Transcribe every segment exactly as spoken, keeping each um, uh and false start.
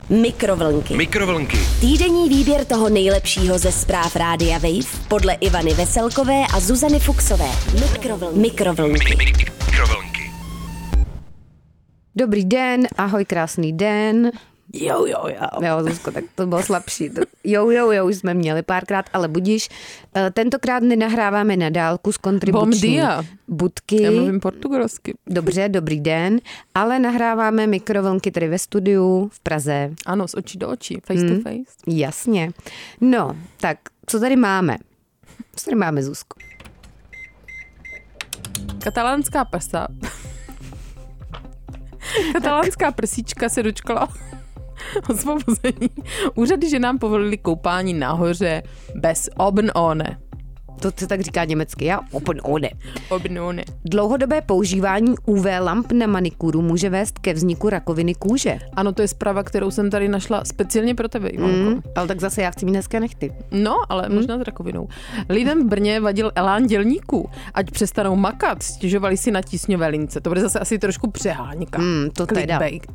Mikrovlnky. Mikrovlnky. Týdenní výběr toho nejlepšího ze zpráv Rádia Wave podle Ivany Veselkové a Zuzany Fuxové. Mikrovlnky. Mikrovlnky. Mikrovlnky. Dobrý den, ahoj, krásný den. Jo, jo, jo. Jo, Zuzko, tak to bylo slabší. Jo, jo, jo, už jsme měli párkrát, ale budíš. Tentokrát nenahráváme na dálku z kontribuční budky. Já mluvím portugalsky. Dobře, dobrý den. Ale nahráváme mikrovlnky tady ve studiu v Praze. Ano, z očí do očí, face hmm, to face. Jasně. No, tak co tady máme? Co tady máme, Zuzko? Katalánská prsa. Katalánská prsíčka se dočkala osvobození. Úřady, že nám povolili koupání nahoře bez oben ohne. To se tak říká německy, já? Open ohne. Oben ohne. Dlouhodobé používání U V lamp na manikúru může vést ke vzniku rakoviny kůže. Ano, to je zpráva, kterou jsem tady našla speciálně pro tebe, Ivanko. Mm, ale tak zase já chci mít hezké nechty. No, ale mm. možná s rakovinou. Lidem v Brně vadil elán dělníků. Ať přestanou makat, stěžovali si na tísňové lince. To bude zase asi trošku přeháňka. Mm, to teda. Clickbait.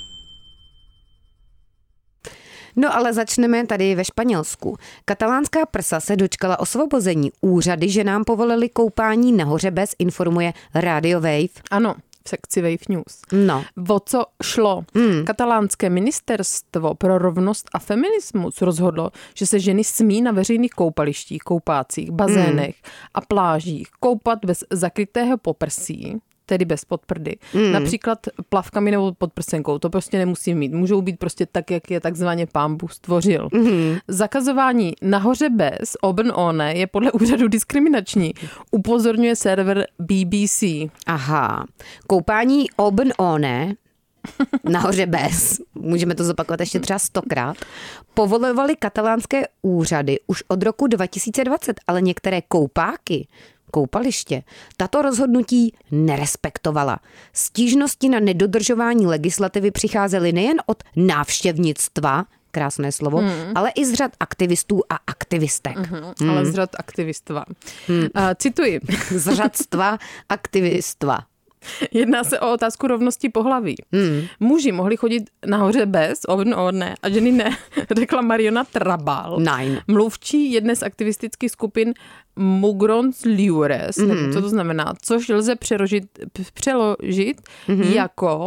No ale začneme tady ve Španělsku. Katalánská prsa se dočkala osvobození. Úřady, že nám povolili koupání nahoře bez, informuje Radio Wave. Ano, v sekci Wave News. No. O co šlo? Mm. Katalánské ministerstvo pro rovnost a feminismus rozhodlo, že se ženy smí na veřejných koupalištích, koupácích, bazénech mm. a plážích koupat bez zakrytého poprsí, tedy bez podprdy. Mm. Například plavkami nebo podprsenkou. To prostě nemusí mít. Můžou být prostě tak, jak je takzvaně Pán Bůh stvořil. Mm. Zakazování nahoře bez oben ohne je podle úřadu diskriminační. Upozorňuje server B B C. Aha. Koupání oben ohne nahoře bez, můžeme to zopakovat ještě třeba stokrát, povolovaly katalánské úřady už od roku dva tisíce dvacet, ale některé koupáky koupaliště tato rozhodnutí nerespektovala. Stížnosti na nedodržování legislativy přicházely nejen od návštěvnictva, krásné slovo, hmm. ale i z řad aktivistů a aktivistek. Hmm. Hmm. Ale z řad aktivistva. Hmm. Uh, cituji. Z řadstva aktivistva. Jedná se o otázku rovnosti pohlaví. Hmm. Muži mohli chodit nahoře bez, oben ohne, a ženy ne, řekla Mariona Trabal, Nein. mluvčí jedné z aktivistických skupin Mugrons Liures, hmm. nevím, co to znamená, což lze přeložit, přeložit hmm. jako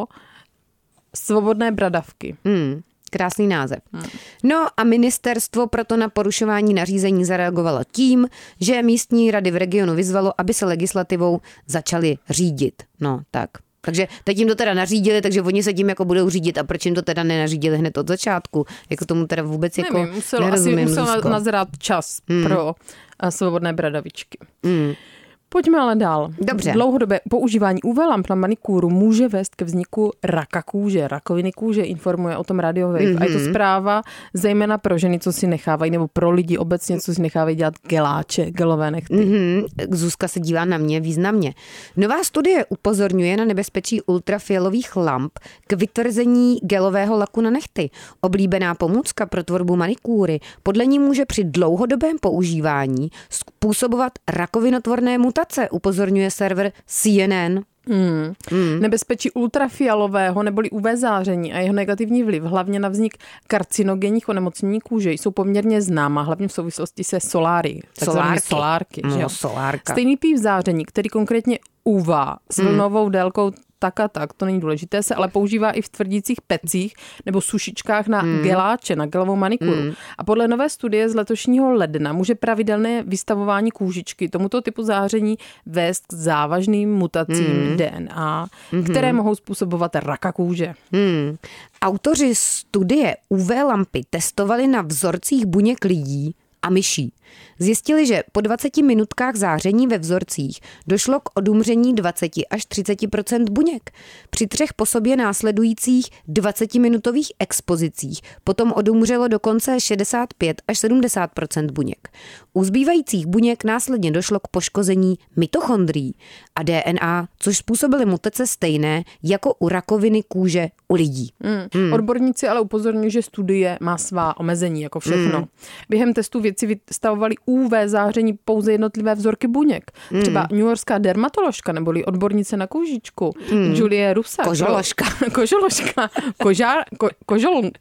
svobodné bradavky. Hmm. Krásný název. Hmm. No a ministerstvo proto na porušování nařízení zareagovalo tím, že místní rady v regionu vyzvalo, aby se legislativou začaly řídit. No tak. Takže teď jim to teda nařídili, takže oni se tím jako budou řídit a proč jim to teda nenařídili hned od začátku? Jako tomu teda vůbec jako nevím, musel, nerozumím. Asi musel Zuzko. nazrát čas hmm. pro svobodné bradavičky. Hmm. Pojďme ale dál. Dobře. Dlouhodobé používání U V lamp na manikúru může vést ke vzniku raka kůže, rakoviny kůže, informuje o tom Radio Wave. Mm-hmm. A je to zpráva zejména pro ženy, co si nechávají, nebo pro lidi obecně, co si nechávají dělat geláče, gelové nechty. Mm-hmm. Zuzka se dívá na mě významně. Nová studie upozorňuje na nebezpečí ultrafialových lamp k vytvrzení gelového laku na nechty. Oblíbená pomůcka pro tvorbu manikúry podle ní může při dlouhodobém používání způsobovat rakovinotvorné mutace, upozorňuje server C N N. Hmm. Hmm. Nebezpečí ultrafialového neboli U V záření a jeho negativní vliv hlavně na vznik karcinogenních onemocnění kůže jsou poměrně známá, hlavně v souvislosti se soláry. Solárky. solárky no, že jo? solárka. Stejný typ záření, který konkrétně U V A s vlnovou hmm. délkou tak a tak, to není důležité, se ale používá i v tvrdících pecích nebo sušičkách na hmm. geláče, na gelovou manikuru. Hmm. A podle nové studie z letošního ledna může pravidelné vystavování kůžičky tomuto typu záření vést k závažným mutacím hmm. D N A, hmm. které mohou způsobovat raka kůže. Hmm. Autoři studie U V lampy testovali na vzorcích buněk lidí a myší. Zjistili, že po dvaceti minutkách záření ve vzorcích došlo k odumření dvacet až třicet procent buněk. Při třech po sobě následujících dvacetiminutových expozicích potom odumřelo dokonce šedesát pět až sedmdesát procent buněk. U zbývajících buněk následně došlo k poškození mitochondrií a D N A, což způsobily mutace stejné jako u rakoviny kůže u lidí. Hmm. Hmm. Odborníci ale upozorňují, že studie má svá omezení, jako všechno. Hmm. Během testů vědci vystavovali U V záření pouze jednotlivé vzorky buněk. Hmm. Třeba newyorská dermatoložka neboli odbornice na kůžičku hmm. Julie Rusa. Kožoložka. Kožoložka. Kožár, ko, kožol,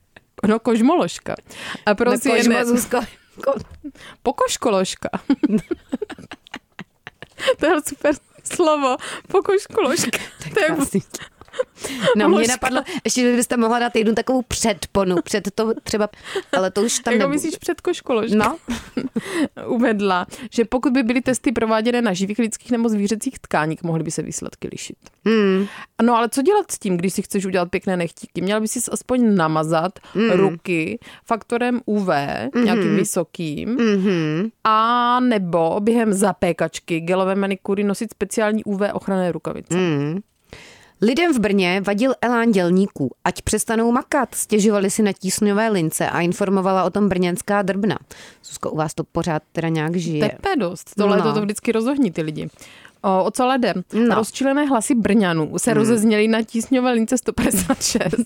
no kožmoložka. A prosím, no, kožmo, Zuzko. Pokožkoložka. To je super slovo. Pokožkoložka. To je No mě napadlo, ještě byste mohla dát jednu takovou předponu, před to třeba, ale to už tam jako nebude. myslíš předkoškoložka? No. Uvedla, že pokud by byly testy prováděné na živých lidských nebo zvířecích tkáních, mohly by se výsledky lišit. Mm. No ale co dělat s tím, když si chceš udělat pěkné nechtíky? Měla by si aspoň namazat mm. ruky faktorem U V, mm-hmm. nějakým vysokým, mm-hmm. a nebo během zapékačky gelové manikury nosit speciální U V ochranné rukavice. Mm. Lidem v Brně vadil elán dělníků, ať přestanou makat, stěžovali si na tísňové lince a informovala o tom brněnská Drbna. Zuzko, u vás to pořád teda nějak žije. Tepe dost, tohle no. to, to vždycky rozohní ty lidi. O, o co lede? No. Rozčilené hlasy Brňanů se mm. rozezněly na tísňové lince sto padesát šest.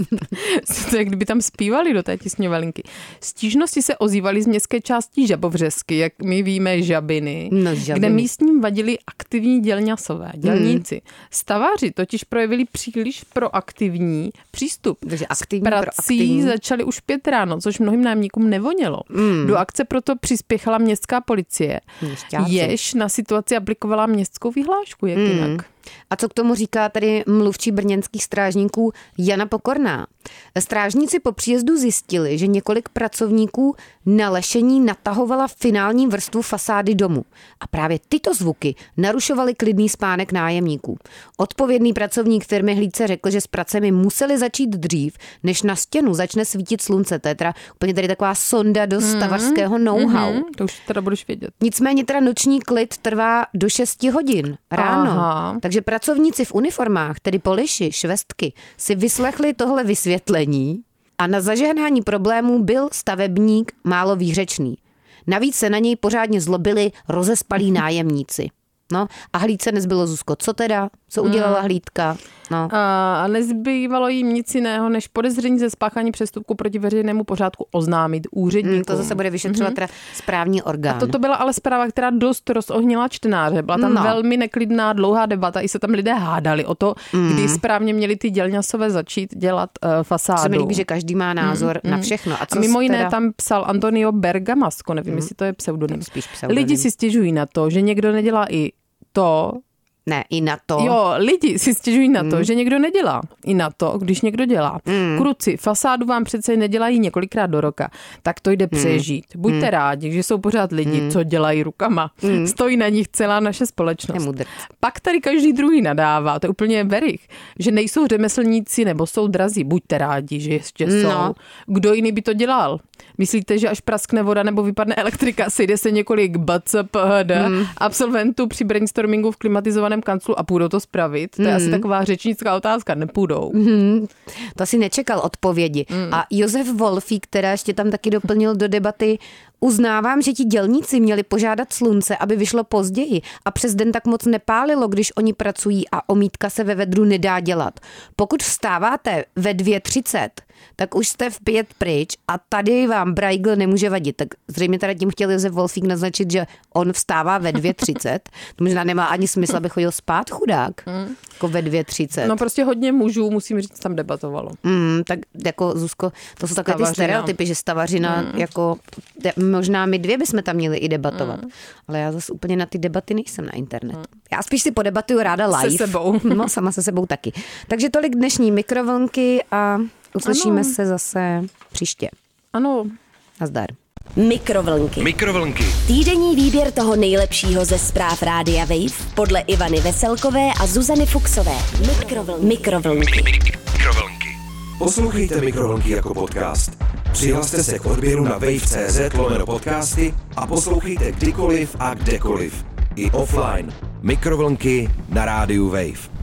To je, kdyby tam zpívali do té tísňové linky. Stížnosti se ozývaly z městské části Žabovřesky, jak my víme Žabiny, no, žabiny. kde místním vadili aktivní dělňasové, dělníci. Mm. Staváři totiž projevili příliš proaktivní přístup. Takže aktivní, prací proaktivní. Začali už pět ráno, což mnohým nájemníkům nevonělo. Mm. Do akce proto přispěchala městská policie, Měšťáci. jež na situaci aplikovala městskou vyhlášku, jak mm. jinak. A co k tomu říká tady mluvčí brněnských strážníků Jana Pokorná? Strážníci po příjezdu zjistili, že několik pracovníků na lešení natahovala finální vrstvu fasády domu. A právě tyto zvuky narušovaly klidný spánek nájemníků. Odpovědný pracovník firmy Hlídce řekl, že s pracemi museli začít dřív, než na stěnu začne svítit slunce. To je teda úplně tady taková sonda do stavařského know-how. Mm-hmm, to už teda budeš vědět. Nicméně teda noční klid trvá do šesti hodin ráno. Aha. Takže pracovníci v uniformách, tedy poliši, švestky, si vyslechli tohle vysvětlení a na zažehnání problémů byl stavebník málo výřečný. Navíc se na něj pořádně zlobili rozespalí nájemníci. No a Hlídce nezbylo, Zuzko, co teda? Co udělala Hlídka? No. A nezbývalo jim nic jiného, než podezření ze spáchání přestupku proti veřejnému pořádku oznámit úředníkům. Hmm, to zase bude vyšetřovat mm-hmm. teda správní orgán. A toto byla ale zpráva, která dost rozohnila čtenáře. Byla tam no. velmi neklidná, dlouhá debata, i se tam lidé hádali o to, mm. kdy správně měli ty dělňasové začít dělat uh, fasádu. Se mi líbí, že každý má názor mm. na všechno. A, co a mimo jiné teda... tam psal Antonio Bergamasco, nevím, mm. jestli to je pseudonym. Spíš pseudonym. Lidi si stěžují na to, že někdo nedělá i to, Ne, i na to. Jo, lidi si stěžují na to, mm. že někdo nedělá. I na to, když někdo dělá. Mm. Kruci, fasádu vám přece nedělají několikrát do roka, tak to jde mm. přežít. Buďte mm. rádi, že jsou pořád lidi, mm. co dělají rukama. Mm. Stojí na nich celá naše společnost. Pak tady každý druhý nadává, to je úplně verich, že nejsou řemeslníci nebo jsou drazí. Buďte rádi, že ještě jsou. No. Kdo jiný by to dělal? Myslíte, že až praskne voda nebo vypadne elektrika, sejde se několik B C P H D mm. absolventů při brainstormingu v klimatizovaném kanclu a půjdou to spravit? To je mm. asi taková řečnická otázka, nepůjdou. Mm. To asi nečekal odpovědi. Mm. A Josef Wolfík, která ještě tam taky doplnil do debaty, uznávám, že ti dělníci měli požádat slunce, aby vyšlo později a přes den tak moc nepálilo, když oni pracují a omítka se ve vedru nedá dělat. Pokud vstáváte ve dvě třicet, tak už jste v pět pryč a tady vám Braigl nemůže vadit. Tak zřejmě teda tím chtěl Josef Wolfík naznačit, že on vstává ve dvě třicet. To možná nemá ani smysl, aby chodil spát, chudák. Mm. Jako ve dvě třicet. No prostě hodně mužů, musím říct, tam debatovalo. Mm, tak jako Zuzko, to jsou takové ty stereotypy, že stavařina mm. jako... Možná my dvě bychom tam měli i debatovat. Mm. Ale já zase úplně na ty debaty nejsem na internetu. Mm. Já spíš si podebatuju ráda live. Se sebou. No, sama se sebou taky. Takže tolik dnešní mikrovlnky a uslyšíme ano. se zase příště. Ano. Nazdar. Mikrovlnky. Mikrovlnky. Týdenní výběr toho nejlepšího ze zpráv Rádia Wave podle Ivany Veselkové a Zuzany Fuxové. Mikrovlnky. Mikrovlnky. Mikrovlnky. Poslouchejte Mikrovlnky jako podcast. Přihlaste se k odběru na wave tečka cz lomeno podcasty a poslouchejte kdykoliv a kdekoliv. I offline. Mikrovlnky na rádiu Wave.